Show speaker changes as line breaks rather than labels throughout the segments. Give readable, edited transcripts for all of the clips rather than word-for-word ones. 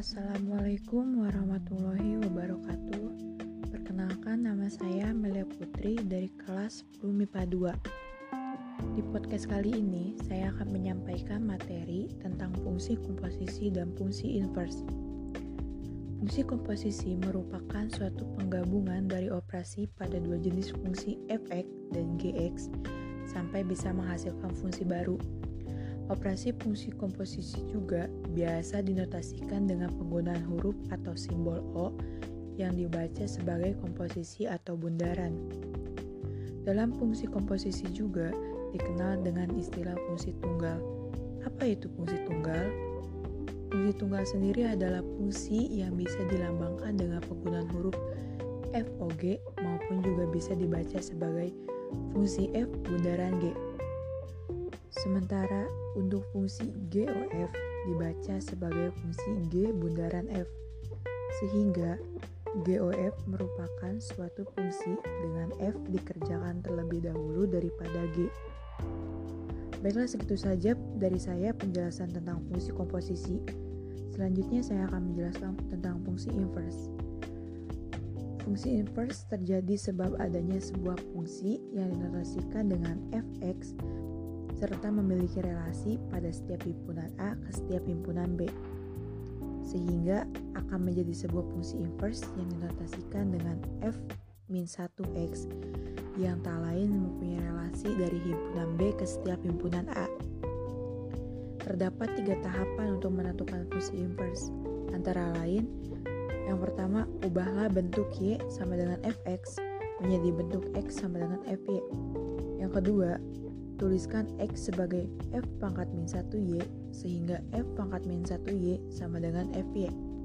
Assalamualaikum warahmatullahi wabarakatuh. Perkenalkan, nama saya Melia Putri dari kelas 10 MIPA 2. Di podcast kali ini, saya akan menyampaikan materi tentang fungsi komposisi dan fungsi inverse. Fungsi komposisi merupakan suatu penggabungan dari operasi pada dua jenis fungsi f(x) dan g(x) sampai bisa menghasilkan fungsi baru. Operasi fungsi komposisi juga biasa dinotasikan dengan penggunaan huruf atau simbol O yang dibaca sebagai komposisi atau bundaran. Dalam fungsi komposisi juga dikenal dengan istilah fungsi tunggal. Apa itu fungsi tunggal? Fungsi tunggal sendiri adalah fungsi yang bisa dilambangkan dengan penggunaan huruf FOG maupun juga bisa dibaca sebagai fungsi F bundaran G. Sementara untuk fungsi GOF dibaca sebagai fungsi G bundaran F, sehingga GOF merupakan suatu fungsi dengan F dikerjakan terlebih dahulu daripada G. Baiklah, segitu saja dari saya penjelasan tentang fungsi komposisi. Selanjutnya saya akan menjelaskan tentang fungsi inverse. Fungsi inverse terjadi sebab adanya sebuah fungsi yang dinotasikan dengan fx serta memiliki relasi pada setiap himpunan A ke setiap himpunan B, sehingga akan menjadi sebuah fungsi inverse yang dinotasikan dengan f-1x yang tak lain mempunyai relasi dari himpunan B ke setiap himpunan A. Terdapat 3 tahapan untuk menentukan fungsi inverse, antara lain: yang pertama, ubahlah bentuk Y sama dengan fx menjadi bentuk X sama dengan fy. Yang kedua, tuliskan X sebagai F pangkat min 1Y sehingga F pangkat min 1Y sama dengan FY.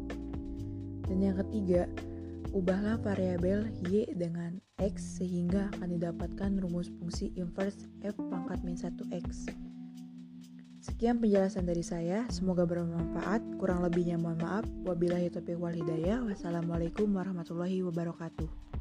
Dan yang ketiga, ubahlah variabel Y dengan X sehingga akan didapatkan rumus fungsi inverse F pangkat min 1X. Sekian penjelasan dari saya, semoga bermanfaat. Kurang lebihnya mohon maaf. Wabillahi taufiq wal hidayah. Wassalamualaikum warahmatullahi wabarakatuh.